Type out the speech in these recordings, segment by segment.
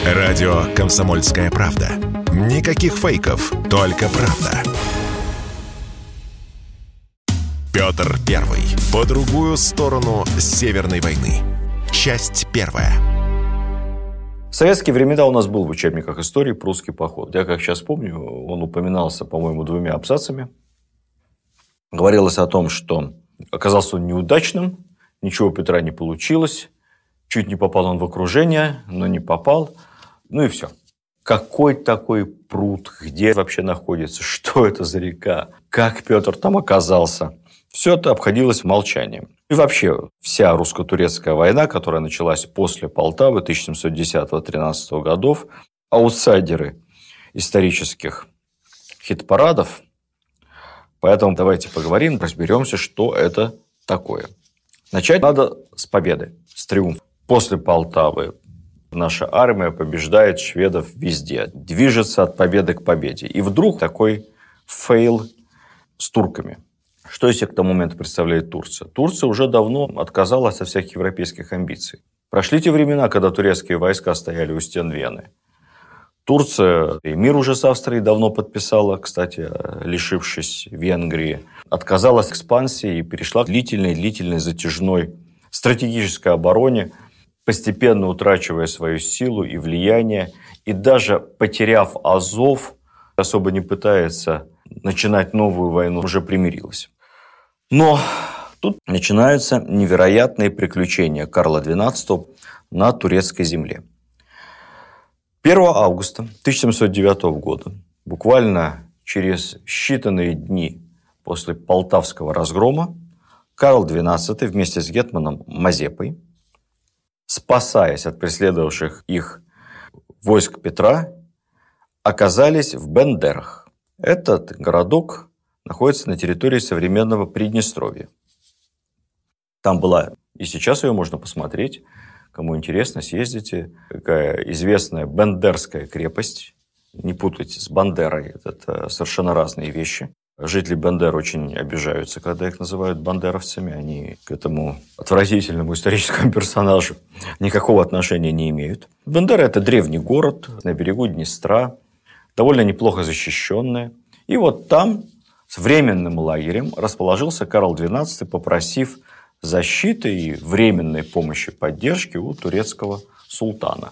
Радио «Комсомольская правда». Никаких фейков, только правда. Петр Первый. По другую сторону Северной войны. Часть первая. В советские времена у нас был в учебниках истории прусский поход. Я, как сейчас помню, он упоминался, по-моему, 2 абзацами. Говорилось о том, что оказался он неудачным, ничего у Петра не получилось, чуть не попал он в окружение, но не попал, ну и все. Какой такой пруд, где вообще находится, что это за река, как Петр там оказался. Все это обходилось молчанием. И вообще вся русско-турецкая война, которая началась после Полтавы 1710-13 годов, аутсайдеры исторических хит-парадов. Поэтому давайте поговорим, разберемся, что это такое. Начать надо с победы, с триумфа. После Полтавы наша армия побеждает шведов везде, движется от победы к победе. И вдруг такой фейл с турками. Что из себя к тому моменту представляет Турция? Турция уже давно отказалась от всяких европейских амбиций. Прошли те времена, когда турецкие войска стояли у стен Вены. Турция и мир уже с Австрией давно подписала, кстати, лишившись Венгрии. Отказалась от экспансии и перешла к длительной затяжной стратегической обороне, постепенно утрачивая свою силу и влияние. И даже потеряв Азов, особо не пытается начинать новую войну, уже примирилась. Но тут начинаются невероятные приключения Карла XII на турецкой земле. 1 августа 1709 года, буквально через считанные дни после Полтавского разгрома, Карл XII вместе с гетманом Мазепой, спасаясь от преследовавших их войск Петра, оказались в Бендерах. Этот городок находится на территории современного Приднестровья. Там была, и сейчас ее можно посмотреть, кому интересно, съездите. Такая известная Бендерская крепость. Не путайте с Бандерой, это совершенно разные вещи. Жители Бендер очень обижаются, когда их называют бандеровцами. Они к этому отвратительному историческому персонажу никакого отношения не имеют. Бендера – это древний город на берегу Днестра, довольно неплохо защищенный. И вот там с временным лагерем расположился Карл XII, попросив защиты и временной помощи, поддержки у турецкого султана.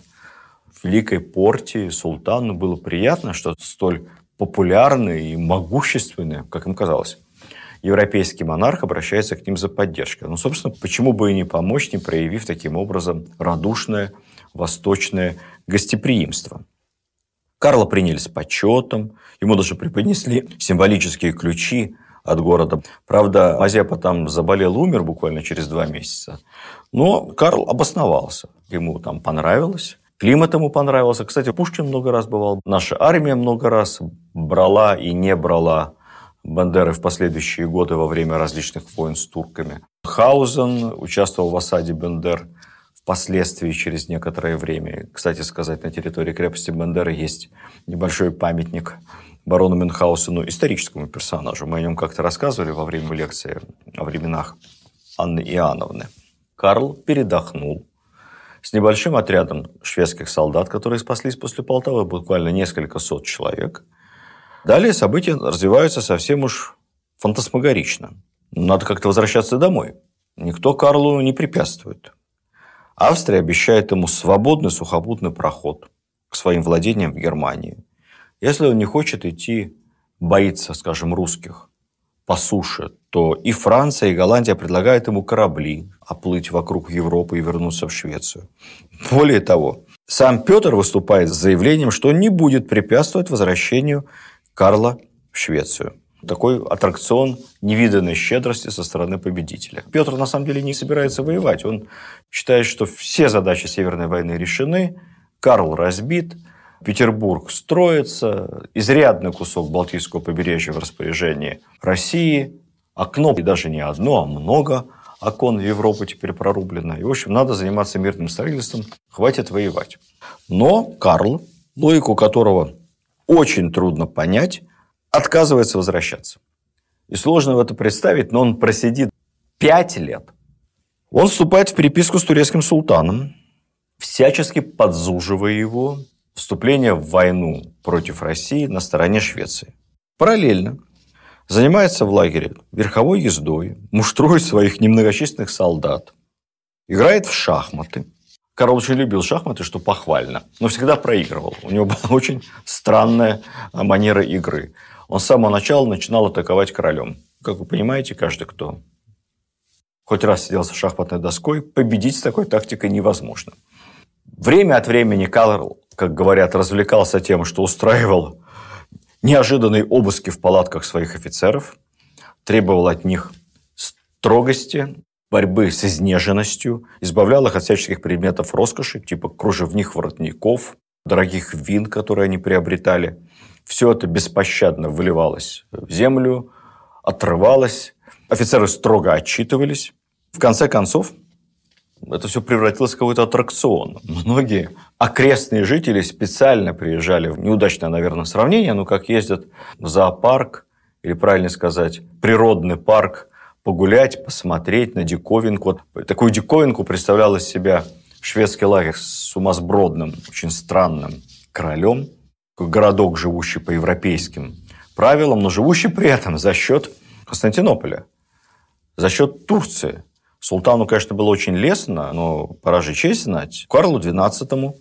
В Великой Портии султану было приятно, что столь популярный и могущественный, как им казалось, европейский монарх обращается к ним за поддержкой. Ну, собственно, почему бы и не помочь, не проявив таким образом радушное восточное гостеприимство. Карла приняли с почетом, ему даже преподнесли символические ключи от города. Правда, Мазепа там заболел, умер буквально через 2 месяца. Но Карл обосновался. Ему там понравилось. Климат ему понравился. Кстати, Пушкин много раз бывал. Наша армия много раз брала и не брала Бендеры в последующие годы во время различных войн с турками. Хаузен участвовал в осаде Бендер впоследствии через некоторое время. Кстати сказать, на территории крепости Бендеры есть небольшой памятник барону Мюнхгаузену, историческому персонажу. Мы о нем как-то рассказывали во время лекции о временах Анны Иоанновны. Карл передохнул с небольшим отрядом шведских солдат, которые спаслись после Полтавы, буквально несколько сот человек. Далее события развиваются совсем уж фантасмагорично. Надо как-то возвращаться домой. Никто Карлу не препятствует. Австрия обещает ему свободный сухопутный проход к своим владениям в Германии. Если он не хочет идти, боится, скажем, русских по суше, то и Франция, и Голландия предлагают ему корабли оплыть вокруг Европы и вернуться в Швецию. Более того, сам Петр выступает с заявлением, что он не будет препятствовать возвращению Карла в Швецию. Такой аттракцион невиданной щедрости со стороны победителя. Петр на самом деле не собирается воевать. Он считает, что все задачи Северной войны решены, Карл разбит, Петербург строится, изрядный кусок Балтийского побережья в распоряжении России, окно, и даже не одно, а много окон в Европу теперь прорублено. И, в общем, надо заниматься мирным строительством, хватит воевать. Но Карл, логику которого очень трудно понять, отказывается возвращаться. И сложно в это представить, но он просидит 5 лет. Он вступает в переписку с турецким султаном, всячески подзуживая его вступление в войну против России на стороне Швеции. Параллельно занимается в лагере верховой ездой, муштрует своих немногочисленных солдат, играет в шахматы. Карл очень любил шахматы, что похвально, но всегда проигрывал. У него была очень странная манера игры. Он с самого начала начинал атаковать королем. Как вы понимаете, каждый, кто хоть раз сидел за шахматной доской, победить с такой тактикой невозможно. Время от времени Карл, как говорят, развлекался тем, что устраивал неожиданные обыски в палатках своих офицеров, требовал от них строгости, борьбы с изнеженностью, избавлял их от всяческих предметов роскоши, типа кружевных воротников, дорогих вин, которые они приобретали. Все это беспощадно выливалось в землю, отрывалось. Офицеры строго отчитывались. В конце концов, это все превратилось в какой-то аттракцион. Многие окрестные жители специально приезжали, в неудачное, наверное, сравнение, но как ездят в зоопарк, или, правильно сказать, природный парк, погулять, посмотреть на диковинку. Вот такую диковинку представлял из себя шведский лагерь с сумасбродным, очень странным королем. Городок, живущий по европейским правилам, но живущий при этом за счет Константинополя, за счет Турции. Султану, конечно, было очень лестно, но пора же честь знать. Карлу XII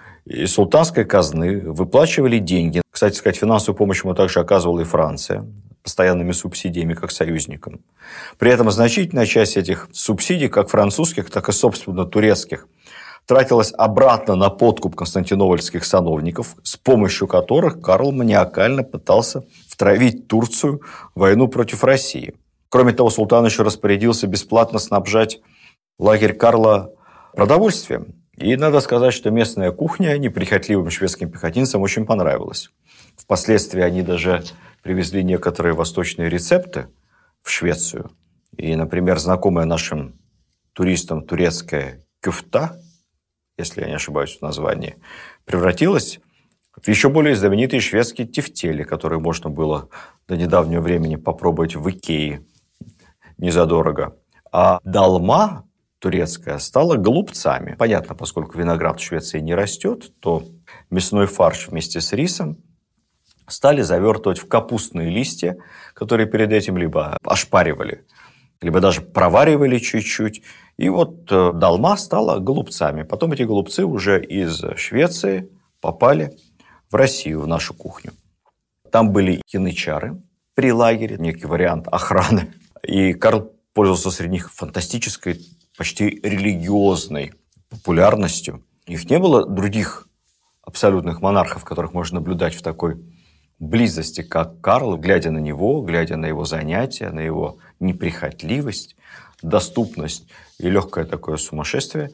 из султанской казны выплачивали деньги. Кстати сказать, финансовую помощь ему также оказывала и Франция, постоянными субсидиями, как союзникам. При этом значительная часть этих субсидий, как французских, так и, собственно, турецких, тратилась обратно на подкуп константинопольских сановников, с помощью которых Карл маниакально пытался втравить Турцию в войну против России. Кроме того, султан еще распорядился бесплатно снабжать лагерь Карла продовольствием. И надо сказать, что местная кухня неприхотливым шведским пехотинцам очень понравилась. Впоследствии они даже привезли некоторые восточные рецепты в Швецию. И, например, знакомая нашим туристам турецкая кюфта, если я не ошибаюсь в названии, превратилась в еще более знаменитые шведские тефтели, которые можно было до недавнего времени попробовать в Икее незадорого. А долма турецкая стала голубцами. Понятно, поскольку виноград в Швеции не растет, то мясной фарш вместе с рисом стали завертывать в капустные листья, которые перед этим либо ошпаривали, либо даже проваривали чуть-чуть. И вот долма стала голубцами. Потом эти голубцы уже из Швеции попали в Россию, в нашу кухню. Там были янычары при лагере, некий вариант охраны. И Карл пользовался среди них фантастической, почти религиозной популярностью. Их не было других абсолютных монархов, которых можно наблюдать в такой близости, как Карл, глядя на него, глядя на его занятия, на его неприхотливость, доступность и легкое такое сумасшествие.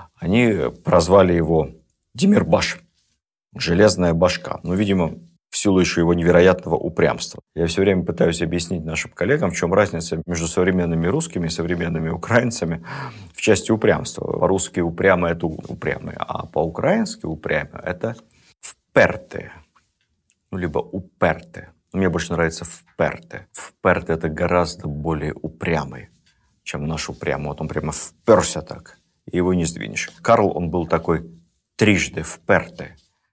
Они прозвали его Демирбаш, железная башка. Но, видимо, в силу еще его невероятного упрямства. Я все время пытаюсь объяснить нашим коллегам, в чем разница между современными русскими и современными украинцами в части упрямства. По-русски упрямые – это упрямые, а по-украински упрямые – это впертые. Либо упертые. Мне больше нравится впертые. Впертые – это гораздо более упрямый, чем наш упрямый. Вот он прямо вперся так, и его не сдвинешь. Карл, он был такой трижды впертый.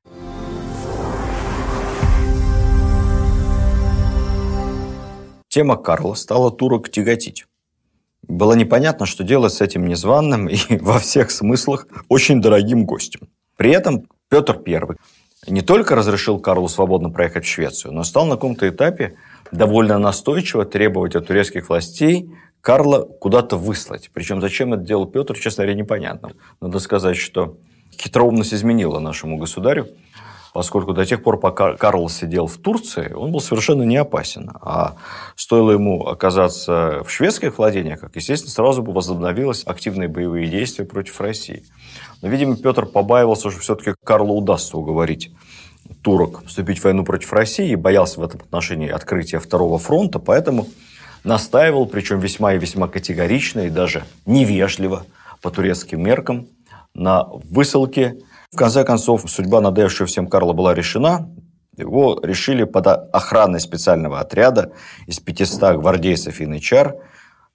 Тема Карла стала турок тяготить. Было непонятно, что делать с этим незваным и во всех смыслах очень дорогим гостем. При этом Петр I не только разрешил Карлу свободно проехать в Швецию, но стал на каком-то этапе довольно настойчиво требовать от турецких властей Карла куда-то выслать. Причем зачем это делал Петр, честно говоря, непонятно. Надо сказать, что хитроумность изменила нашему государю, поскольку до тех пор, пока Карл сидел в Турции, он был совершенно не опасен. А стоило ему оказаться в шведских владениях, как, естественно, сразу бы возобновились активные боевые действия против России. Но, видимо, Петр побаивался, что все-таки Карлу удастся уговорить турок вступить в войну против России и боялся в этом отношении открытия Второго фронта, поэтому настаивал, причем весьма и весьма категорично и даже невежливо по турецким меркам, на высылке. В конце концов, судьба надоевшая всем Карла была решена. Его решили под охраной специального отряда из 500 гвардейцев и янычар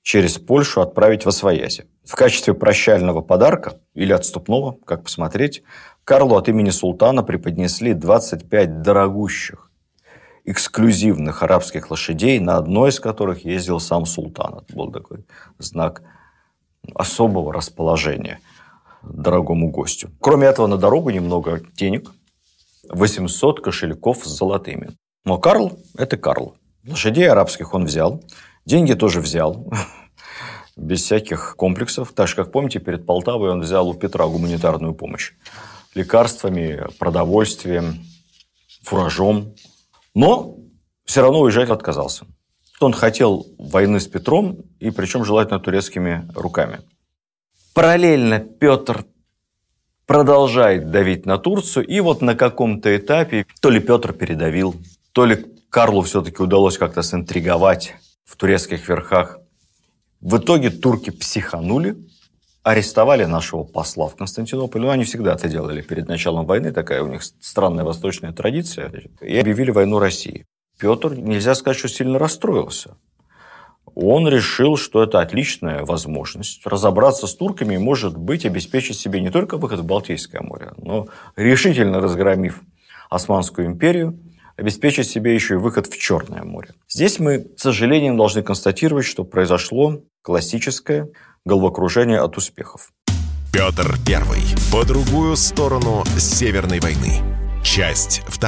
через Польшу отправить восвояси. В качестве прощального подарка или отступного, как посмотреть, Карлу от имени султана преподнесли 25 дорогущих, эксклюзивных арабских лошадей, на одной из которых ездил сам султан. Это был такой знак особого расположения дорогому гостю. Кроме этого, на дорогу немного денег, 800 кошельков с золотыми. Но Карл – это Карл. Лошадей арабских он взял, деньги тоже взял, без всяких комплексов. Так же, как помните, перед Полтавой он взял у Петра гуманитарную помощь. Лекарствами, продовольствием, фуражом. Но все равно уезжать отказался. Он хотел войны с Петром, и причем желательно турецкими руками. Параллельно Петр продолжает давить на Турцию, и вот на каком-то этапе то ли Петр передавил, то ли Карлу все-таки удалось как-то синтриговать в турецких верхах. В итоге турки психанули, арестовали нашего посла в Константинополе. Ну, они всегда это делали перед началом войны, такая у них странная восточная традиция, и объявили войну России. Петр, нельзя сказать, что сильно расстроился. Он решил, что это отличная возможность разобраться с турками и, может быть, обеспечить себе не только выход в Балтийское море, но, решительно разгромив Османскую империю, обеспечить себе еще и выход в Черное море. Здесь мы, с сожалением, должны констатировать, что произошло классическое головокружение от успехов. Петр I. По другую сторону Северной войны. Часть 2.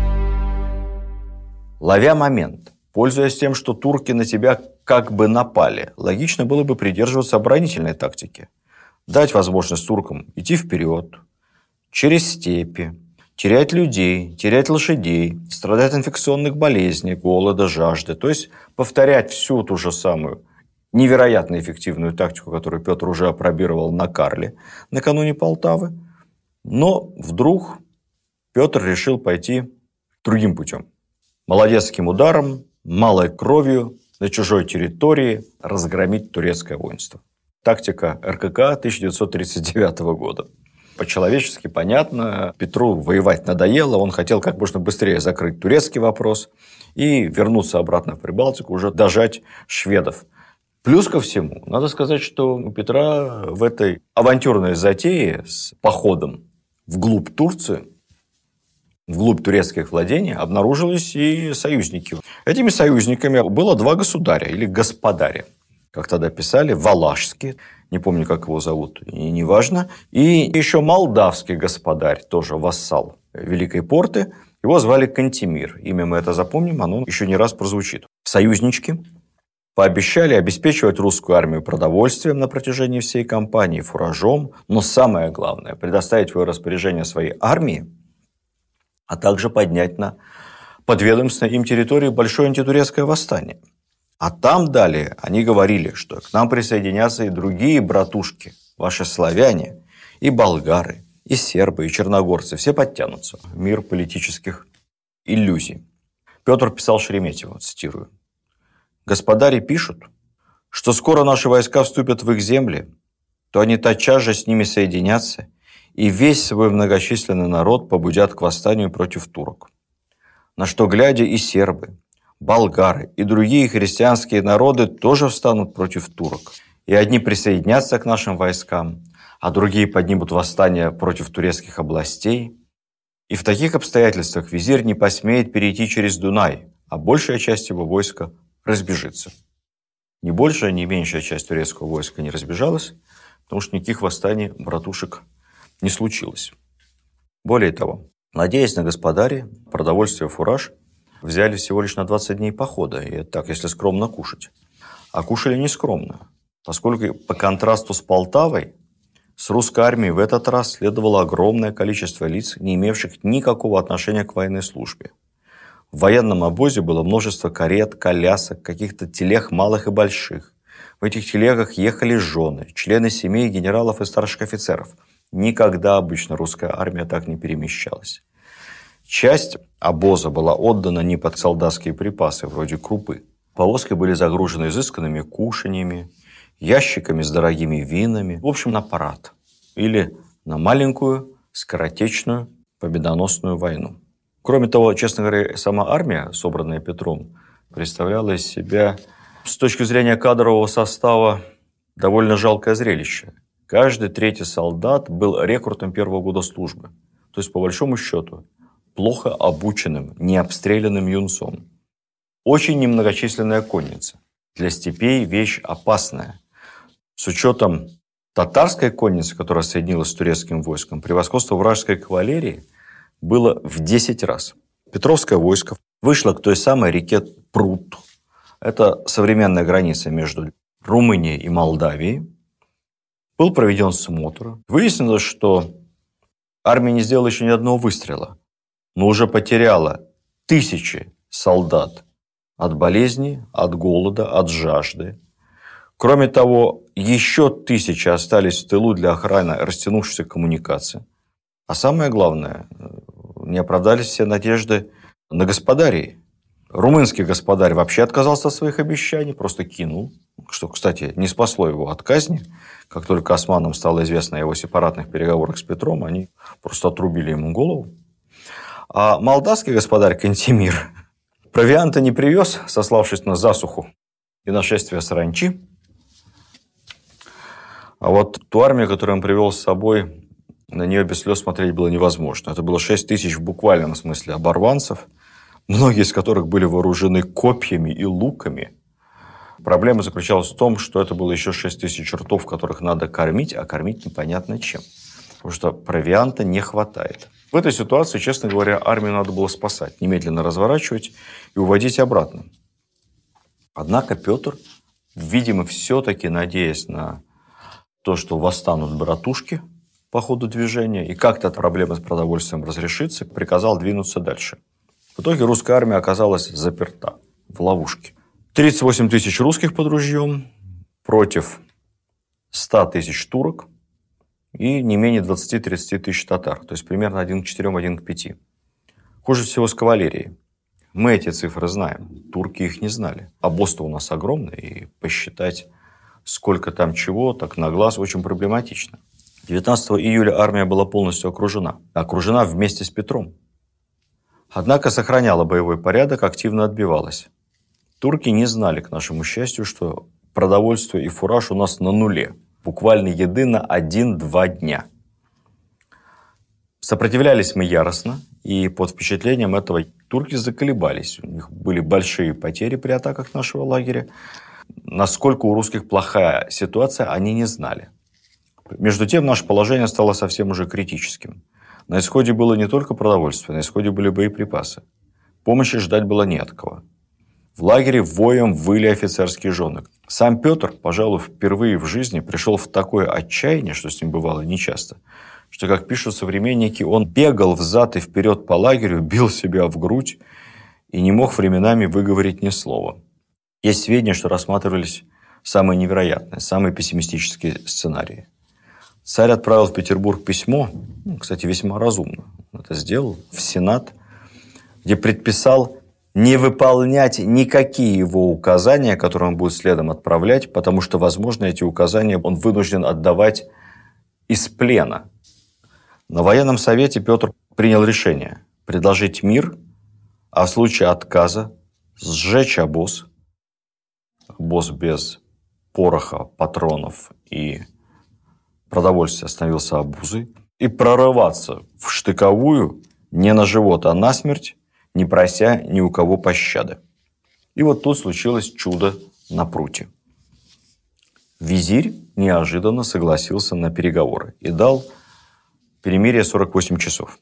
Ловя момент, пользуясь тем, что турки на тебя как бы напали, логично было бы придерживаться оборонительной тактики. Дать возможность туркам идти вперед, через степи, терять людей, терять лошадей, страдать от инфекционных болезней, голода, жажды. То есть повторять всю ту же самую невероятно эффективную тактику, которую Петр уже опробировал на Карле накануне Полтавы. Но вдруг Петр решил пойти другим путем. Молодецким ударом, малой кровью, на чужой территории разгромить турецкое воинство. Тактика РКК 1939 года. По-человечески понятно, Петру воевать надоело, он хотел как можно быстрее закрыть турецкий вопрос и вернуться обратно в Прибалтику, уже дожать шведов. Плюс ко всему, надо сказать, что у Петра в этой авантюрной затее с походом вглубь Турции, вглубь турецких владений, обнаружились и союзники. Этими союзниками было два государя или господаря, как тогда писали, Валашский, не помню, как его зовут, и неважно, и еще молдавский господарь, тоже вассал Великой Порты, его звали Кантемир. Имя мы это запомним, оно еще не раз прозвучит. Союзнички пообещали обеспечивать русскую армию продовольствием на протяжении всей кампании, фуражом, но самое главное – предоставить в ее распоряжение своей армии, а также поднять на подведомственной им территории большое антитурецкое восстание. А там далее они говорили, что к нам присоединятся и другие братушки, ваши славяне, и болгары, и сербы, и черногорцы. Все подтянутся. Мир политических иллюзий. Петр писал Шереметьеву, цитирую. «Господари пишут, что скоро наши войска вступят в их земли, то они тотчас же с ними соединятся, и весь свой многочисленный народ побудят к восстанию против турок. На что, глядя, и сербы, болгары и другие христианские народы тоже встанут против турок. И одни присоединятся к нашим войскам, а другие поднимут восстание против турецких областей. И в таких обстоятельствах визирь не посмеет перейти через Дунай, а большая часть его войска разбежится». Ни большая, ни меньшая часть турецкого войска не разбежалась, потому что никаких восстаний братушек не случилось. Более того, надеясь на господарей, продовольствие, фураж взяли всего лишь на 20 дней похода, и это так, если скромно кушать. А кушали не скромно, поскольку по контрасту с Полтавой, с русской армией в этот раз следовало огромное количество лиц, не имевших никакого отношения к военной службе. В военном обозе было множество карет, колясок, каких-то телег малых и больших. В этих телегах ехали жены, члены семей генералов и старших офицеров. Никогда обычно русская армия так не перемещалась. Часть обоза была отдана не под солдатские припасы, вроде крупы. Повозки были загружены изысканными кушаньями, ящиками с дорогими винами. В общем, на парад. Или на маленькую, скоротечную, победоносную войну. Кроме того, честно говоря, сама армия, собранная Петром, представляла из себя С точки зрения кадрового состава довольно жалкое зрелище. Каждый третий солдат был рекрутом первого года службы. То есть, по большому счету, плохо обученным, необстрелянным юнцом. Очень немногочисленная конница. Для степей вещь опасная. С учетом татарской конницы, которая соединилась с турецким войском, превосходство вражеской кавалерии было в 10 раз. Петровское войско вышло к той самой реке Прут. Это современная граница между Румынией и Молдавией. Был проведен смотр. Выяснилось, что армия не сделала еще ни одного выстрела, но уже потеряла тысячи солдат от болезни, от голода, от жажды. Кроме того, еще тысячи остались в тылу для охраны растянувшейся коммуникации. А самое главное, не оправдались все надежды на господарей. Румынский господарь вообще отказался от своих обещаний, просто кинул. Что, кстати, не спасло его от казни. Как только османам стало известно о его сепаратных переговорах с Петром, они просто отрубили ему голову. А молдавский господарь Кантемир провианта не привез, сославшись на засуху и нашествие саранчи. А вот ту армию, которую он привел с собой, на нее без слез смотреть было невозможно. Это было 6 тысяч в буквальном смысле оборванцев, многие из которых были вооружены копьями и луками. Проблема заключалась в том, что это было еще 6 тысяч ртов, которых надо кормить, а кормить непонятно чем. Потому что провианта не хватает. В этой ситуации, честно говоря, армию надо было спасать, немедленно разворачивать и уводить обратно. Однако Петр, видимо, все-таки надеясь на то, что восстанут братушки по ходу движения, и как-то проблема с продовольствием разрешится, приказал двинуться дальше. В итоге русская армия оказалась заперта в ловушке. 38 тысяч русских под ружьем против 100 тысяч турок и не менее 20-30 тысяч татар. То есть примерно 1 к 4, 1 к 5. Хуже всего с кавалерией. Мы эти цифры знаем, турки их не знали. Обоз-то у нас огромный, и посчитать, сколько там чего, так на глаз очень проблематично. 19 июля армия была полностью окружена. Окружена вместе с Петром. Однако сохраняла боевой порядок, активно отбивалась. Турки не знали, к нашему счастью, что продовольствие и фураж у нас на нуле. Буквально еды на 1-2 дня. Сопротивлялись мы яростно, и под впечатлением этого турки заколебались. У них были большие потери при атаках нашего лагеря. Насколько у русских плохая ситуация, они не знали. Между тем, наше положение стало совсем уже критическим. На исходе было не только продовольствие, на исходе были боеприпасы. Помощи ждать было не от кого. В лагере воем выли офицерские жены. Сам Петр, пожалуй, впервые в жизни пришел в такое отчаяние, что с ним бывало нечасто, что, как пишут современники, он бегал взад и вперед по лагерю, бил себя в грудь и не мог временами выговорить ни слова. Есть сведения, что рассматривались самые невероятные, самые пессимистические сценарии. Царь отправил в Петербург письмо, кстати, весьма разумно, это сделал, в Сенат, где предписал не выполнять никакие его указания, которые он будет следом отправлять, потому что, возможно, эти указания он вынужден отдавать из плена. На военном совете Петр принял решение предложить мир, а в случае отказа сжечь обоз. Обоз без пороха, патронов и продовольствия становился обузой. И прорываться в штыковую не на живот, а на смерть, не прося ни у кого пощады. И вот тут случилось чудо на пруте. Визирь неожиданно согласился на переговоры и дал перемирие 48 часов.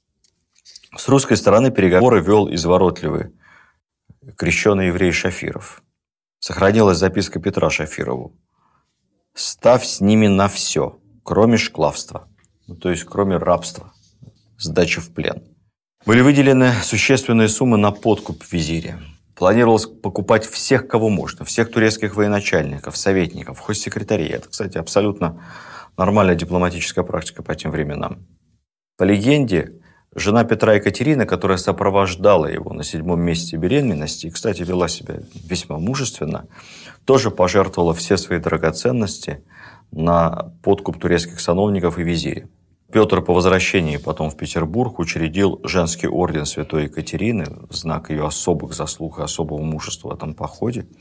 С русской стороны переговоры вел изворотливый крещеный еврей Шафиров. Сохранилась записка Петра Шафирову. «Ставь с ними на все, кроме шклавства», то есть кроме рабства, сдачи в плен. Были выделены существенные суммы на подкуп визиря. Планировалось покупать всех, кого можно, всех турецких военачальников, советников, хоть секретарей. Это, кстати, абсолютно нормальная дипломатическая практика по тем временам. По легенде, жена Петра Екатерина, которая сопровождала его на 7-м месяце беременности и, кстати, вела себя весьма мужественно, тоже пожертвовала все свои драгоценности на подкуп турецких сановников и визиря. Петр по возвращении потом в Петербург учредил женский орден Святой Екатерины в знак ее особых заслуг и особого мужества в этом походе.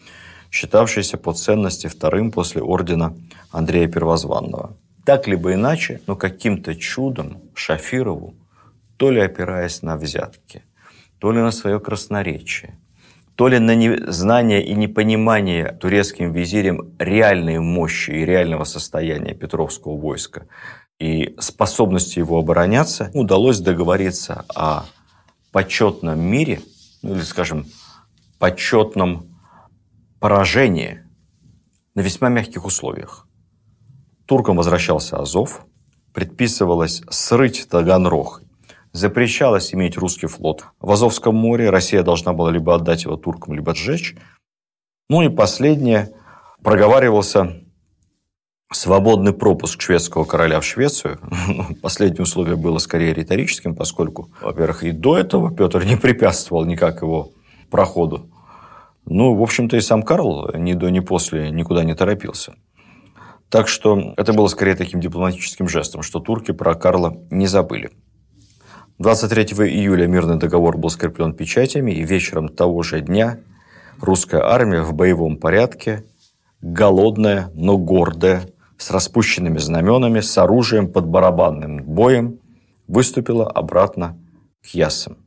считавшийся по ценности вторым после ордена Андрея Первозванного. Так либо иначе, но каким-то чудом Шафирову, то ли опираясь на взятки, то ли на свое красноречие, то ли на незнание и непонимание турецким визирем реальной мощи и реального состояния Петровского войска и способности его обороняться, удалось договориться о почетном мире, или, скажем, почетном поражении на весьма мягких условиях. Туркам возвращался Азов, предписывалось срыть Таганрог, запрещалось иметь русский флот в Азовском море, Россия должна была либо отдать его туркам, либо сжечь. Ну и последнее, проговаривался свободный пропуск шведского короля в Швецию. Последнее условие было скорее риторическим, поскольку, во-первых, и до этого Петр не препятствовал никак его проходу. Ну, в общем-то, и сам Карл ни до, ни после никуда не торопился. Так что это было скорее таким дипломатическим жестом, что турки про Карла не забыли. 23 июля мирный договор был скреплен печатями, и вечером того же дня русская армия в боевом порядке, голодная, но гордая, с распущенными знаменами, с оружием под барабанным боем, выступила обратно к Яссам.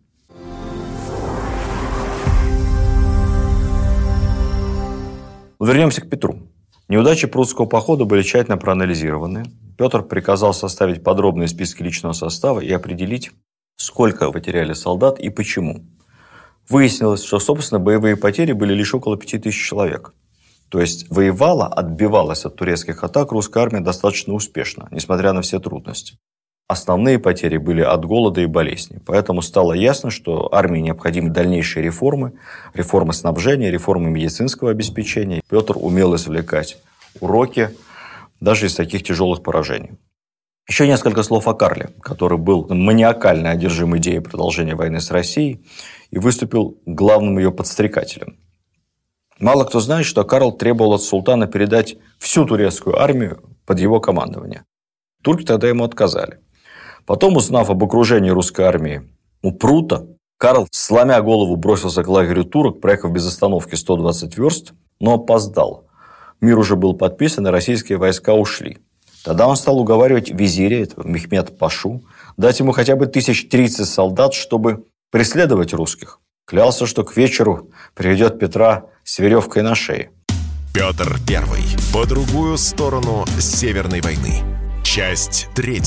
Вернемся к Петру. Неудачи прусского похода были тщательно проанализированы. Петр приказал составить подробные списки личного состава и определить, сколько потеряли солдат и почему. Выяснилось, что, собственно, боевые потери были лишь около 5000 человек. То есть воевала, отбивалась от турецких атак русская армия достаточно успешно, несмотря на все трудности. Основные потери были от голода и болезней. Поэтому стало ясно, что армии необходимы дальнейшие реформы, реформы снабжения, реформы медицинского обеспечения. Петр умел извлекать уроки даже из таких тяжелых поражений. Еще несколько слов о Карле, который был маниакально одержим идеей продолжения войны с Россией и выступил главным ее подстрекателем. Мало кто знает, что Карл требовал от султана передать всю турецкую армию под его командование. Турки тогда ему отказали. Потом, узнав об окружении русской армии у Прута, Карл, сломя голову, бросился к лагерю турок, проехав без остановки 120 верст, но опоздал. Мир уже был подписан, и российские войска ушли. Тогда он стал уговаривать визиря, Мехмед Пашу, дать ему хотя бы 1030 солдат, чтобы преследовать русских. Клялся, что к вечеру приведет Петра с веревкой на шее. Петр I. По другую сторону Северной войны. Часть 3.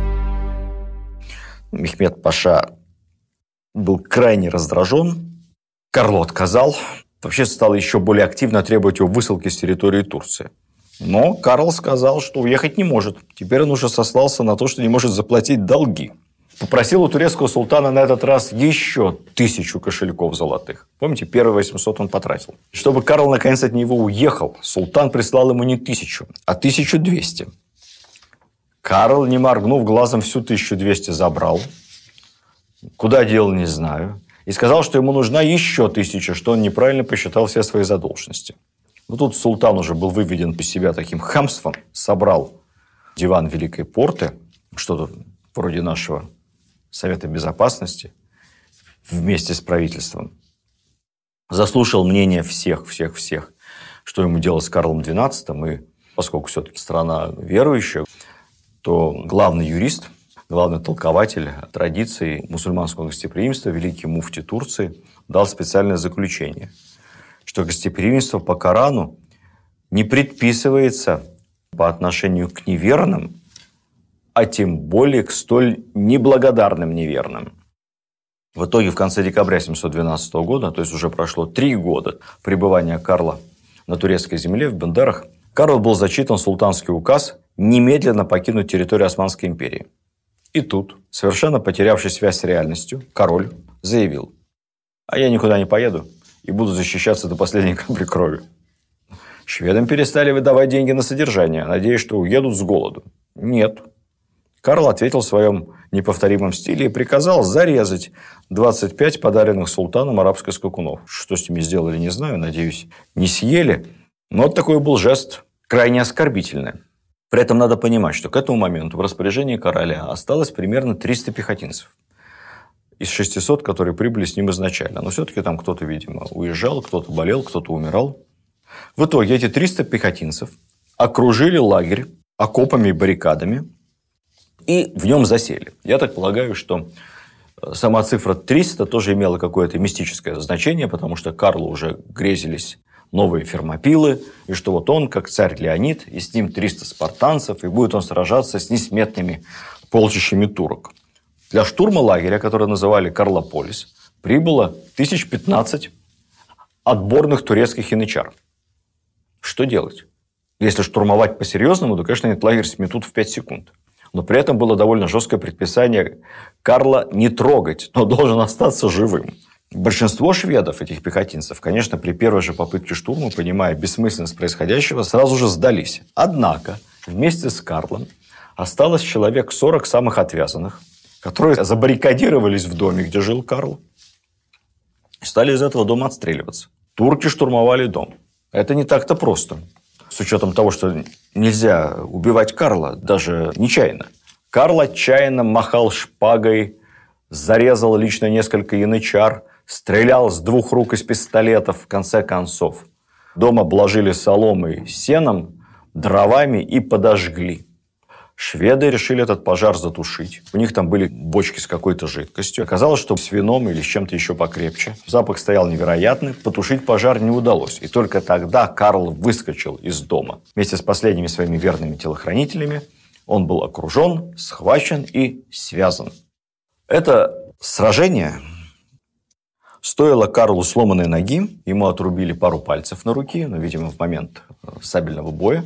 Мехмед Паша был крайне раздражен. Карлу отказал. Вообще стал еще более активно требовать его высылки с территории Турции. Но Карл сказал, что уехать не может. Теперь он уже сослался на то, что не может заплатить долги. Попросил у турецкого султана на этот раз еще 1000 кошельков золотых. Помните, первые 800 он потратил. Чтобы Карл наконец от него уехал, султан прислал ему не 1000, а 1200. Карл, не моргнув глазом, всю 1200 забрал. Куда дел, не знаю. И сказал, что ему нужна еще 1000, что он неправильно посчитал все свои задолженности. Но тут султан уже был выведен из себя таким хамством, собрал диван Великой Порты, что-то вроде нашего Совета Безопасности, вместе с правительством. Заслушал мнение всех, что ему делать с Карлом XII. И поскольку все-таки страна верующая, то главный юрист, главный толкователь традиций мусульманского гостеприимства, великий муфти Турции, дал специальное заключение, что гостеприимство по Корану не предписывается по отношению к неверным, а тем более к столь неблагодарным неверным. В итоге в конце декабря 712 года, то есть уже прошло 3 года пребывания Карла на турецкой земле в Бендерах, Карлу был зачитан султанский указ немедленно покинуть территорию Османской империи. И тут, совершенно потерявший связь с реальностью, король заявил: «А я никуда не поеду и буду защищаться до последней капли крови». Шведам перестали выдавать деньги на содержание, надеясь, что уедут с голоду. Нет. Карл ответил в своем неповторимом стиле и приказал зарезать 25 подаренных султаном арабских скакунов. Что с ними сделали, не знаю, надеюсь, не съели. Но вот такой был жест крайне оскорбительный. При этом надо понимать, что к этому моменту в распоряжении короля осталось примерно 300 пехотинцев из 600, которые прибыли с ним изначально. Но все-таки там кто-то, видимо, уезжал, кто-то болел, кто-то умирал. В итоге эти 300 пехотинцев окружили лагерь окопами и баррикадами и в нем засели. Я так полагаю, что сама цифра 300 тоже имела какое-то мистическое значение, потому что Карлу уже грезились новые фермопилы, и что вот он, как царь Леонид, и с ним 300 спартанцев, и будет он сражаться с несметными полчищами турок. Для штурма лагеря, который называли Карлополис, прибыло 1015 отборных турецких янычар. Что делать? Если штурмовать по-серьезному, то, конечно, этот лагерь сметут в 5 секунд. Но при этом было довольно жесткое предписание Карла не трогать, но должен остаться живым. Большинство шведов, этих пехотинцев, конечно, при первой же попытке штурма, понимая бессмысленность происходящего, сразу же сдались. Однако вместе с Карлом осталось человек 40 самых отвязанных, которые забаррикадировались в доме, где жил Карл, и стали из этого дома отстреливаться. Турки штурмовали дом. Это не так-то просто. С учетом того, что нельзя убивать Карла, даже нечаянно. Карл отчаянно махал шпагой, зарезал лично несколько янычар, стрелял с 2 рук из пистолетов. В конце концов, дом обложили соломой, сеном, дровами и подожгли. Шведы решили этот пожар затушить. У них там были бочки с какой-то жидкостью. Оказалось, что с вином или с чем-то еще покрепче. Запах стоял невероятный. Потушить пожар не удалось. И только тогда Карл выскочил из дома. Вместе с последними своими верными телохранителями он был окружен, схвачен и связан. Это сражение стоило Карлу сломанной ноги. Ему отрубили пару пальцев на руке, видимо, в момент сабельного боя.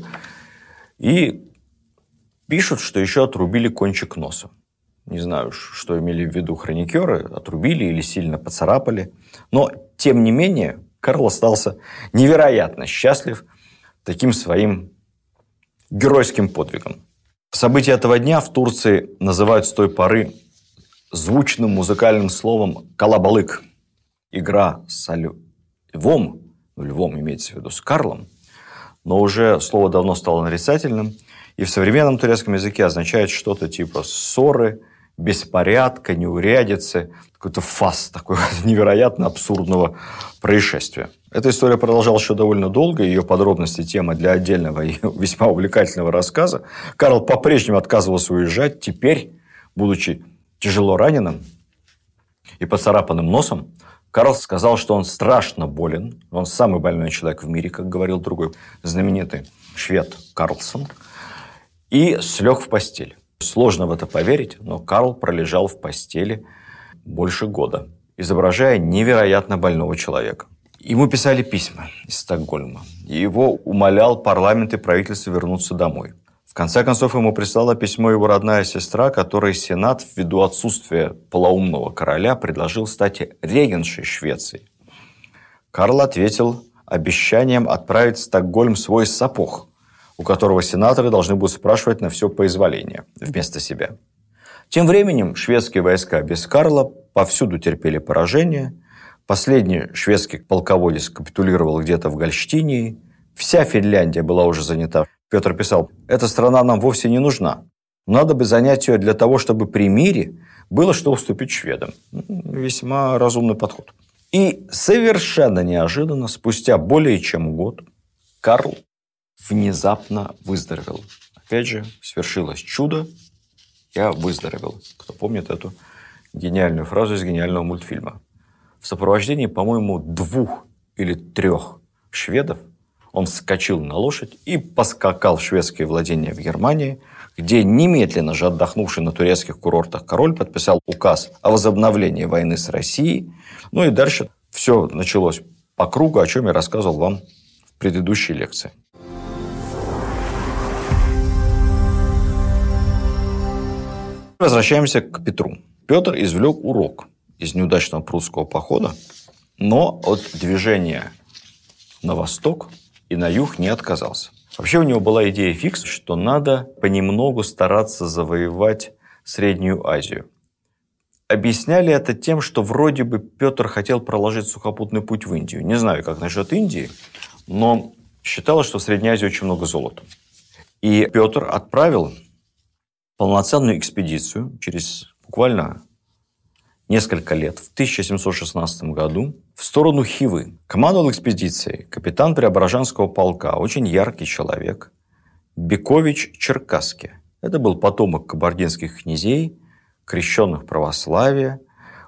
И пишут, что еще отрубили кончик носа. Не знаю, что имели в виду хроникеры. Отрубили или сильно поцарапали. Но, тем не менее, Карл остался невероятно счастлив таким своим геройским подвигом. События этого дня в Турции называют с той поры звучным музыкальным словом «калабалык». Игра с львом, львом имеется в виду с Карлом, но уже слово давно стало нарицательным. И в современном турецком языке означает что-то типа ссоры, беспорядка, неурядицы, какой-то фас такой невероятно абсурдного происшествия. Эта история продолжалась еще довольно долго, ее подробности тема для отдельного и весьма увлекательного рассказа. Карл по-прежнему отказывался уезжать. Теперь, будучи тяжело раненым и поцарапанным носом, Карл сказал, что он страшно болен. Он самый больной человек в мире, как говорил другой знаменитый швед Карлсон. И слег в постель. Сложно в это поверить, но Карл пролежал в постели больше года, изображая невероятно больного человека. Ему писали письма из Стокгольма. И его умолял парламент и правительство вернуться домой. В конце концов, ему прислала письмо его родная сестра, которой Сенат, ввиду отсутствия полоумного короля, предложил стать регеншей Швеции. Карл ответил обещанием отправить в Стокгольм свой сапог, у которого сенаторы должны будут спрашивать на все поизволение вместо себя. Тем временем шведские войска без Карла повсюду терпели поражение. Последний шведский полководец капитулировал где-то в Гольштинии. Вся Финляндия была уже занята. Петр писал: «Эта страна нам вовсе не нужна. Надо бы занять ее для того, чтобы при мире было что уступить шведам». Весьма разумный подход. И совершенно неожиданно, спустя более чем год, Карл внезапно выздоровел. Опять же, свершилось чудо. Я выздоровел. Кто помнит эту гениальную фразу из гениального мультфильма. В сопровождении, по-моему, 2 или 3 шведов он вскочил на лошадь и поскакал в шведские владения в Германии, где немедленно же отдохнувший на турецких курортах король подписал указ о возобновлении войны с Россией. Ну и дальше все началось по кругу, о чем я рассказывал вам в предыдущей лекции. Возвращаемся к Петру. Петр извлек урок из неудачного прусского похода, но от движения на восток и на юг не отказался. Вообще у него была идея фикс, что надо понемногу стараться завоевать Среднюю Азию. Объясняли это тем, что вроде бы Петр хотел проложить сухопутный путь в Индию. Не знаю, как насчет Индии, но считалось, что в Средней Азии очень много золота. И Петр отправил полноценную экспедицию через буквально несколько лет, в 1716 году, в сторону Хивы. Командовал экспедицией капитан Преображенского полка, очень яркий человек, Бекович Черкасский. Это был потомок кабардинских князей, крещенных православия.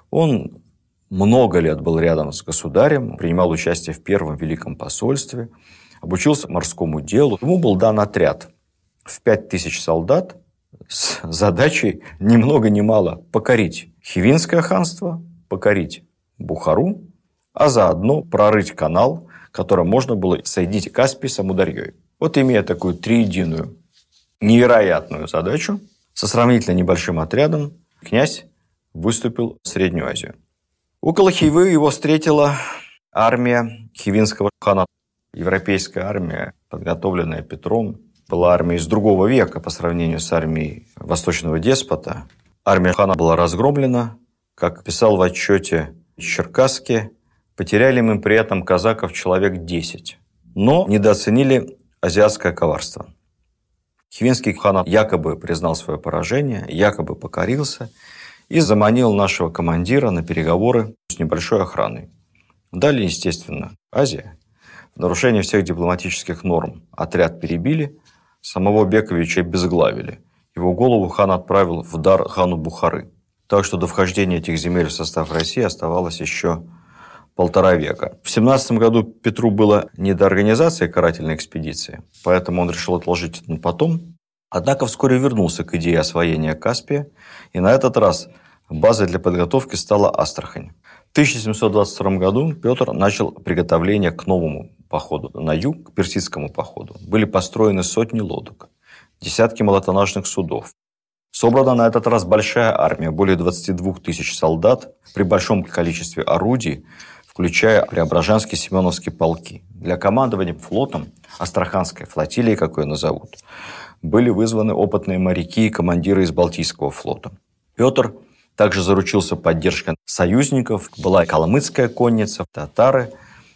Он много лет был рядом с государем, принимал участие в Первом Великом посольстве, обучился морскому делу. Ему был дан отряд в 5000 солдат с задачей ни много ни мало покорить Хивинское ханство, покорить Бухару, а заодно прорыть канал, которым можно было соединить Каспий с Амударьей. Вот имея такую триединую невероятную задачу, со сравнительно небольшим отрядом князь выступил в Среднюю Азию. Около Хивы его встретила армия хивинского хана. Европейская армия, подготовленная Петром, была армией из другого века по сравнению с армией восточного деспота. Армия хана была разгромлена, как писал в отчете Черкасский, потеряли мы при этом казаков человек 10, но недооценили азиатское коварство. Хивинский хан якобы признал свое поражение, якобы покорился и заманил нашего командира на переговоры с небольшой охраной. Далее, естественно, Азия. В нарушении всех дипломатических норм отряд перебили, самого Бековича обезглавили. Его голову хан отправил в дар хану Бухары. Так что до вхождения этих земель в состав России оставалось еще 1,5 века. В 17 году Петру было не до организации карательной экспедиции, поэтому он решил отложить это на потом. Однако вскоре вернулся к идее освоения Каспия, и на этот раз базой для подготовки стала Астрахань. В 1722 году Петр начал приготовление к новому походу на юг, к персидскому походу. Были построены сотни лодок, десятки малотоннажных судов. Собрана на этот раз большая армия, более 22 тысяч солдат, при большом количестве орудий, включая Преображенские Семеновские полки. Для командования флотом, Астраханской флотилией, как ее назовут, были вызваны опытные моряки и командиры из Балтийского флота. Петр также заручился поддержкой союзников. Была калмыцкая конница, татары,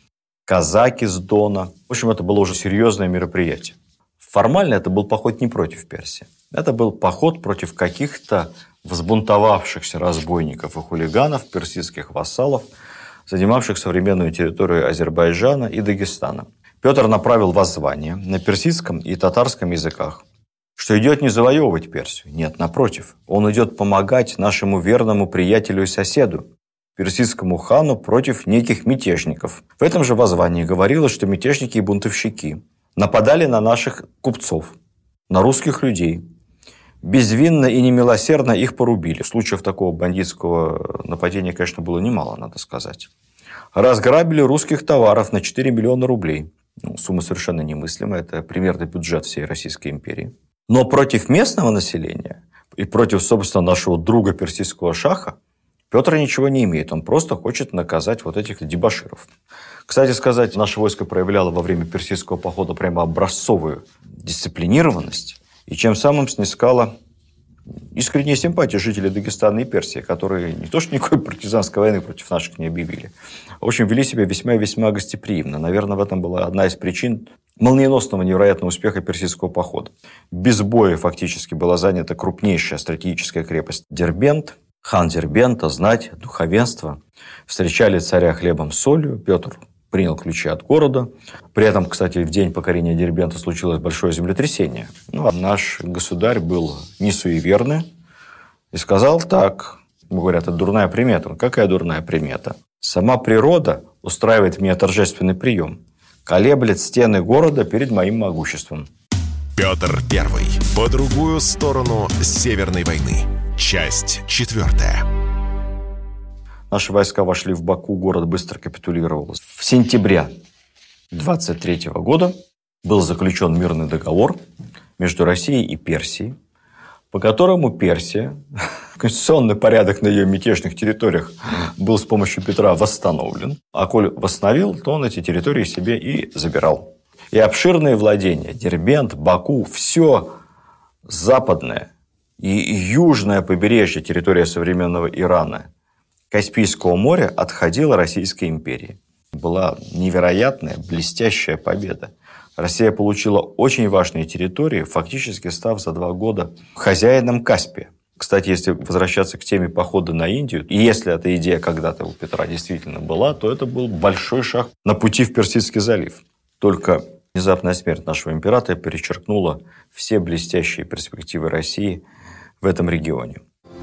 казаки с Дона. В общем, это было уже серьезное мероприятие. Формально это был поход не против Персии. Это был поход против каких-то взбунтовавшихся разбойников и хулиганов, персидских вассалов, занимавших современную территорию Азербайджана и Дагестана. Петр направил воззвание на персидском и татарском языках, что идет не завоевывать Персию. Нет, напротив, он идет помогать нашему верному приятелю и соседу, персидскому хану, против неких мятежников. В этом же воззвании говорилось, что мятежники и бунтовщики нападали на наших купцов, на русских людей. Безвинно и немилосердно их порубили. Случаев такого бандитского нападения, конечно, было немало, надо сказать. Разграбили русских товаров на 4 миллиона рублей. Сумма совершенно немыслимая. Это примерно бюджет всей Российской империи. Но против местного населения и против, собственно, нашего друга персидского шаха Петр ничего не имеет. Он просто хочет наказать вот этих дебоширов. Кстати сказать, наше войско проявляло во время персидского похода прямо образцовую дисциплинированность, и чем самым снискало искренние симпатии жителей Дагестана и Персии, которые не то что никакой партизанской войны против наших не объявили, а в общем вели себя весьма и весьма гостеприимно. Наверное, в этом была одна из причин молниеносного невероятного успеха персидского похода. Без боя фактически была занята крупнейшая стратегическая крепость Дербент. Хан Дербента, знать, духовенство встречали царя хлебом с солью. Петр принял ключи от города. При этом, кстати, в день покорения Дербента случилось большое землетрясение. Наш государь был не суеверный и сказал так. Говорят, это дурная примета. Какая дурная примета? Сама природа устраивает мне торжественный прием. Колеблет стены города перед моим могуществом. Петр I. По другую сторону Северной войны. Часть 4. Наши войска вошли в Баку, город быстро капитулировал. В сентябре 23 года был заключен мирный договор между Россией и Персией, по которому Персия, конституционный порядок на ее мятежных территориях был с помощью Петра восстановлен. А коль восстановил, то он эти территории себе и забирал. И обширные владения, Дербент, Баку, все западное и южное побережье, территория современного Ирана, Каспийского моря отходило Российской империи. Была невероятная, блестящая победа. Россия получила очень важные территории, фактически став за 2 года хозяином Каспия. Кстати, если возвращаться к теме похода на Индию, и если эта идея когда-то у Петра действительно была, то это был большой шаг на пути в Персидский залив. Только внезапная смерть нашего императора перечеркнула все блестящие перспективы России в этом регионе.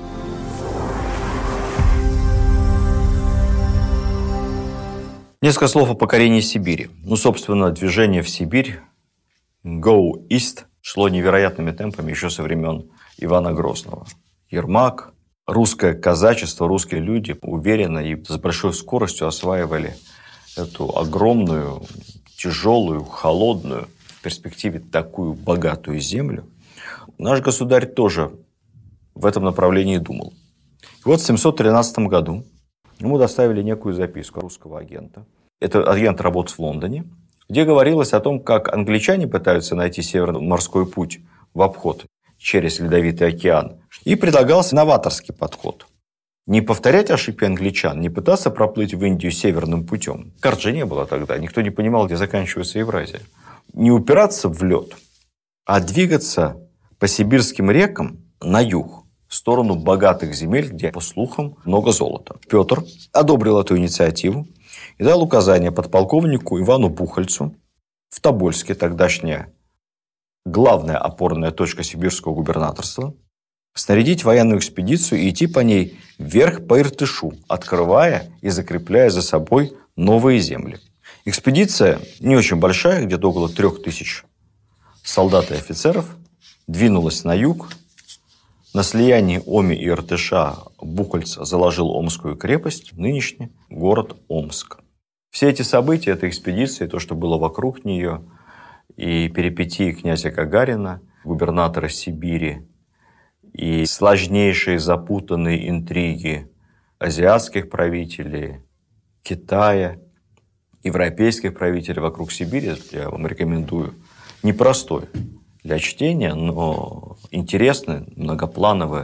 Несколько слов о покорении Сибири. Собственно, движение в Сибирь, Go East, шло невероятными темпами еще со времен Ивана Грозного. Ермак, русское казачество, русские люди уверенно и с большой скоростью осваивали эту огромную, тяжелую, холодную, в перспективе такую богатую землю. Наш государь тоже в этом направлении думал. И вот в 713 году ему доставили некую записку русского агента. Этот агент работал в Лондоне, где говорилось о том, как англичане пытаются найти Северный морской путь в обход через Ледовитый океан. И предлагался новаторский подход. Не повторять ошибки англичан, не пытаться проплыть в Индию северным путем. Карт же не было тогда, никто не понимал, где заканчивается Евразия. Не упираться в лед, а двигаться по сибирским рекам на юг, в сторону богатых земель, где, по слухам, много золота. Петр одобрил эту инициативу и дал указание подполковнику Ивану Бухальцу в Тобольске, тогдашняя главная опорная точка сибирского губернаторства, снарядить военную экспедицию и идти по ней вверх по Иртышу, открывая и закрепляя за собой новые земли. Экспедиция не очень большая, где-то около 3000 солдат и офицеров, двинулась на юг. На слиянии Оми и Иртыша Бухальц заложил Омскую крепость, нынешний город Омск. Все эти события этой экспедиции, то, что было вокруг нее, и перипетии князя Гагарина, губернатора Сибири, и сложнейшие запутанные интриги азиатских правителей, Китая, европейских правителей вокруг Сибири, я вам рекомендую, непростой для чтения, но интересный, многоплановый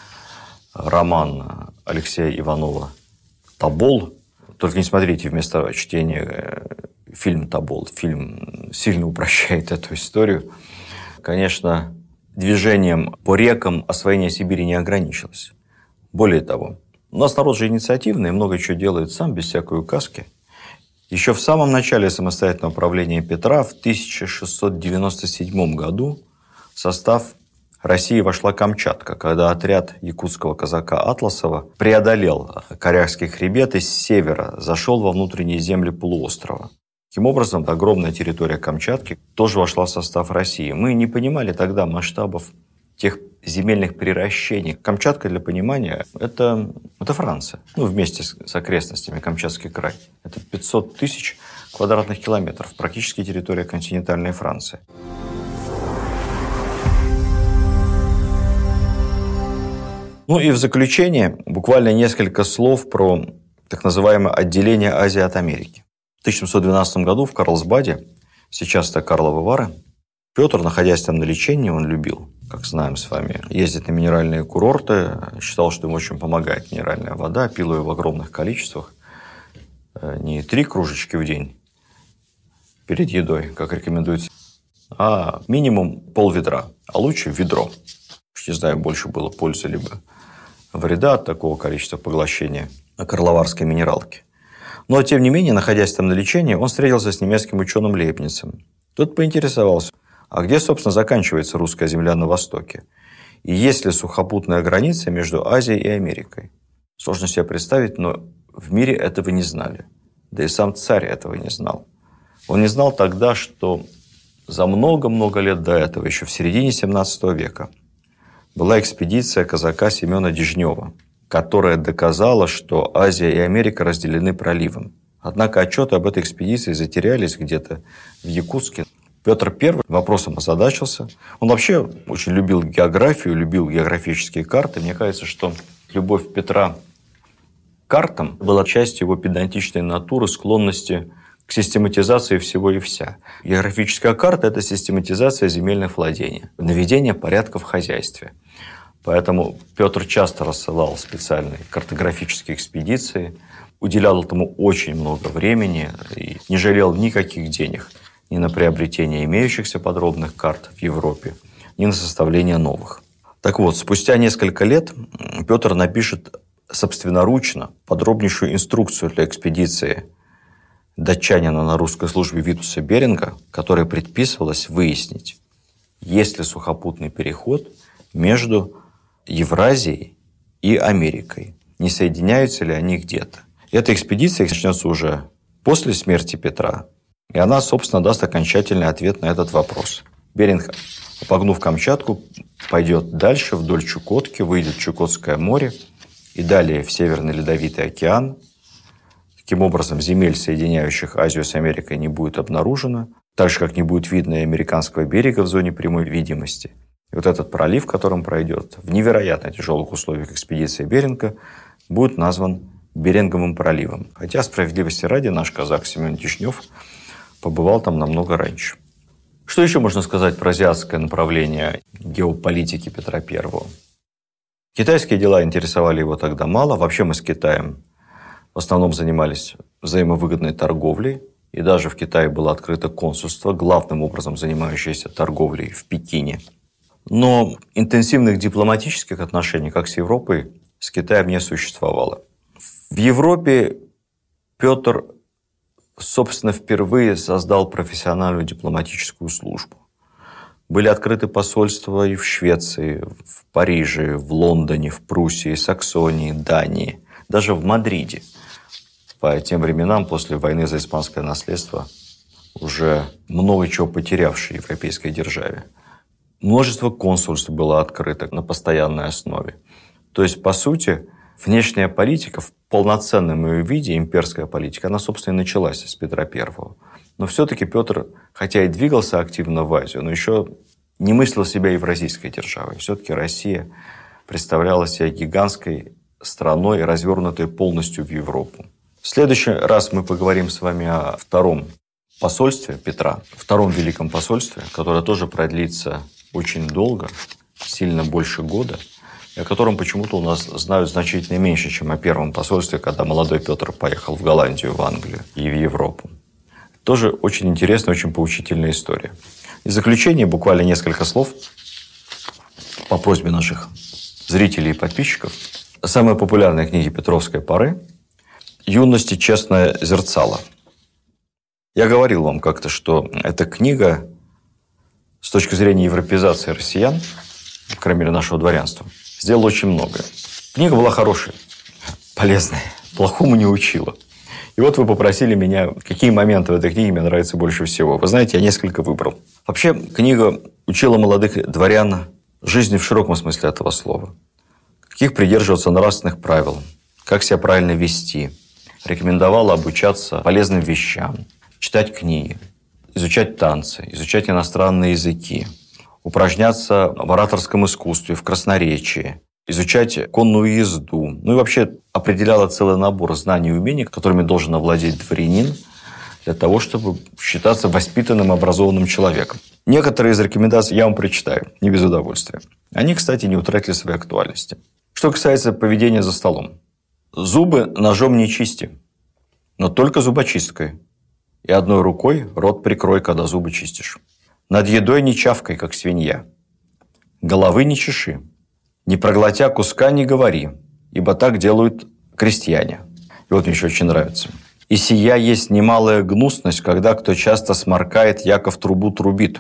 роман Алексея Иванова «Тобол». Только не смотрите вместо чтения фильм «Тобол». Фильм сильно упрощает эту историю. Конечно, движением по рекам освоение Сибири не ограничилось. Более того, у нас народ же инициативный, много чего делает сам, без всякой указки. Еще в самом начале самостоятельного правления Петра, в 1697 году, в состав России вошла Камчатка, когда отряд якутского казака Атласова преодолел Корякский хребет и с севера зашел во внутренние земли полуострова. Таким образом, огромная территория Камчатки тоже вошла в состав России. Мы не понимали тогда масштабов тех земельных приращений. Камчатка, для понимания, это Франция. Вместе с окрестностями Камчатский край. Это 500 тысяч квадратных километров. Практически территория континентальной Франции. И в заключение буквально несколько слов про так называемое отделение Азии от Америки. В 1712 году в Карлсбаде, сейчас это Карловы Вары, Петр, находясь там на лечении, он любил, как знаем с вами, ездить на минеральные курорты, считал, что ему очень помогает минеральная вода, пил ее в огромных количествах, не 3 кружечки в день перед едой, как рекомендуется, а минимум пол-ведра, а лучше ведро. Не знаю, больше было пользы либо вреда от такого количества поглощения карловарской минералки. Но, тем не менее, находясь там на лечении, он встретился с немецким ученым Лейбницем. Тот поинтересовался, а где, собственно, заканчивается русская земля на востоке? И есть ли сухопутная граница между Азией и Америкой? Сложно себе представить, но в мире этого не знали. Да и сам царь этого не знал. Он не знал тогда, что за много-много лет до этого, еще в середине 17 века, была экспедиция казака Семена Дежнева, которая доказала, что Азия и Америка разделены проливом. Однако отчеты об этой экспедиции затерялись где-то в Якутске. Петр I вопросом озадачился. Он вообще очень любил географию, любил географические карты. Мне кажется, что любовь Петра к картам была частью его педантичной натуры, склонности к систематизации всего и вся. Географическая карта – это систематизация земельных владений, наведение порядка в хозяйстве. Поэтому Петр часто рассылал специальные картографические экспедиции, уделял этому очень много времени и не жалел никаких денег ни на приобретение имеющихся подробных карт в Европе, ни на составление новых. Так вот, спустя несколько лет Петр напишет собственноручно подробнейшую инструкцию для экспедиции датчанина на русской службе Витуса Беринга, которой предписывалось выяснить, есть ли сухопутный переход между Евразией и Америкой, не соединяются ли они где-то. Эта экспедиция начнется уже после смерти Петра, и она, собственно, даст окончательный ответ на этот вопрос. Беринг, обогнув Камчатку, пойдет дальше вдоль Чукотки, выйдет в Чукотское море и далее в Северный Ледовитый океан. Таким образом, земель, соединяющих Азию с Америкой, не будет обнаружено, так же, как не будет видно и американского берега в зоне прямой видимости. И вот этот пролив, которым пройдет в невероятно тяжелых условиях экспедиции Беринга, будет назван Беринговым проливом. Хотя, справедливости ради, наш казак Семен Тишнев побывал там намного раньше. Что еще можно сказать про азиатское направление геополитики Петра I? Китайские дела интересовали его тогда мало. Вообще мы с Китаем в основном занимались взаимовыгодной торговлей. И даже в Китае было открыто консульство, главным образом занимающееся торговлей в Пекине. Но интенсивных дипломатических отношений, как с Европой, с Китаем не существовало. В Европе Петр, собственно, впервые создал профессиональную дипломатическую службу. Были открыты посольства и в Швеции, в Париже, в Лондоне, в Пруссии, Саксонии, Дании, даже в Мадриде. По тем временам, после войны за испанское наследство, уже много чего потерявшей европейской державе. Множество консульств было открыто на постоянной основе. То есть, по сути, внешняя политика в полноценном ее виде, имперская политика, она, собственно, и началась с Петра I. Но все-таки Петр, хотя и двигался активно в Азию, но еще не мыслил себя евразийской державой. Все-таки Россия представляла себя гигантской страной, развернутой полностью в Европу. В следующий раз мы поговорим с вами о втором посольстве Петра, втором великом посольстве, которое тоже продлится очень долго, сильно больше года, и о котором почему-то у нас знают значительно меньше, чем о первом посольстве, когда молодой Петр поехал в Голландию, в Англию и в Европу. Тоже очень интересная, очень поучительная история. И в заключение буквально несколько слов по просьбе наших зрителей и подписчиков. Самые популярные книги Петровской поры «Юности честное зерцало». Я говорил вам как-то, что эта книга с точки зрения европеизации россиян, по крайней мере, нашего дворянства, сделала очень многое. Книга была хорошая, полезная, плохому не учила. И вот вы попросили меня, какие моменты в этой книге мне нравятся больше всего. Вы знаете, я несколько выбрал. Вообще, книга учила молодых дворян жизни в широком смысле этого слова. Каких придерживаться нравственных правил, как себя правильно вести. Рекомендовала обучаться полезным вещам, читать книги, изучать танцы, изучать иностранные языки, упражняться в ораторском искусстве, в красноречии, изучать конную езду. Ну и вообще определяла целый набор знаний и умений, которыми должен овладеть дворянин для того, чтобы считаться воспитанным, образованным человеком. Некоторые из рекомендаций я вам прочитаю, не без удовольствия. Они, кстати, не утратили своей актуальности. Что касается поведения за столом. Зубы ножом не чисти, но только зубочисткой. И одной рукой рот прикрой, когда зубы чистишь. Над едой не чавкай, как свинья. Головы не чеши. Не проглотя куска не говори, ибо так делают крестьяне. И вот мне еще очень нравится. И сия есть немалая гнусность, когда кто часто сморкает, яко в трубу трубит,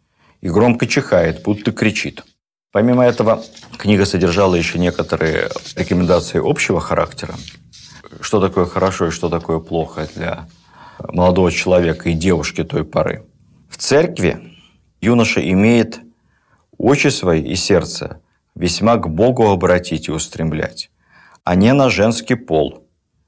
и громко чихает, будто кричит. Помимо этого, книга содержала еще некоторые рекомендации общего характера. Что такое хорошо и что такое плохо для молодого человека и девушки той поры. В церкви юноша имеет очи свои и сердце весьма к Богу обратить и устремлять, а не на женский пол.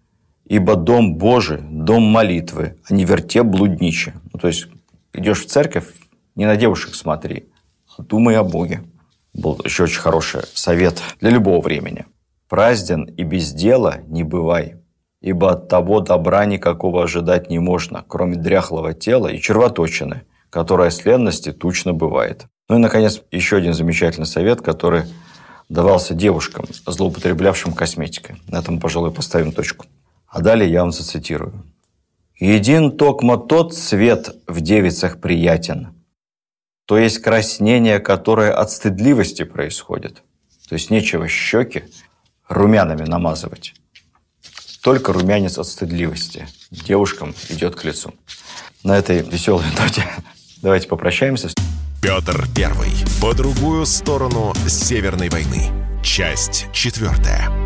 Ибо дом Божий, дом молитвы, а не вертеп блудниче. Ну, то есть, идешь в церковь, не на девушек смотри, а думай о Боге. Был еще очень хороший совет для любого времени. Празден и без дела не бывай, ибо от того добра никакого ожидать не можно, кроме дряхлого тела и червоточины, которая с ленности тучно бывает. Ну и, наконец, еще один замечательный совет, который давался девушкам, злоупотреблявшим косметикой. На этом, пожалуй, поставим точку. А далее я вам зацитирую. «Един токмо тот цвет в девицах приятен, то есть краснение, которое от стыдливости происходит. То есть нечего щеки румянами намазывать. Только румянец от стыдливости девушкам идет к лицу. На этой веселой ноте давайте попрощаемся. Петр I. По другую сторону Северной войны. Часть 4.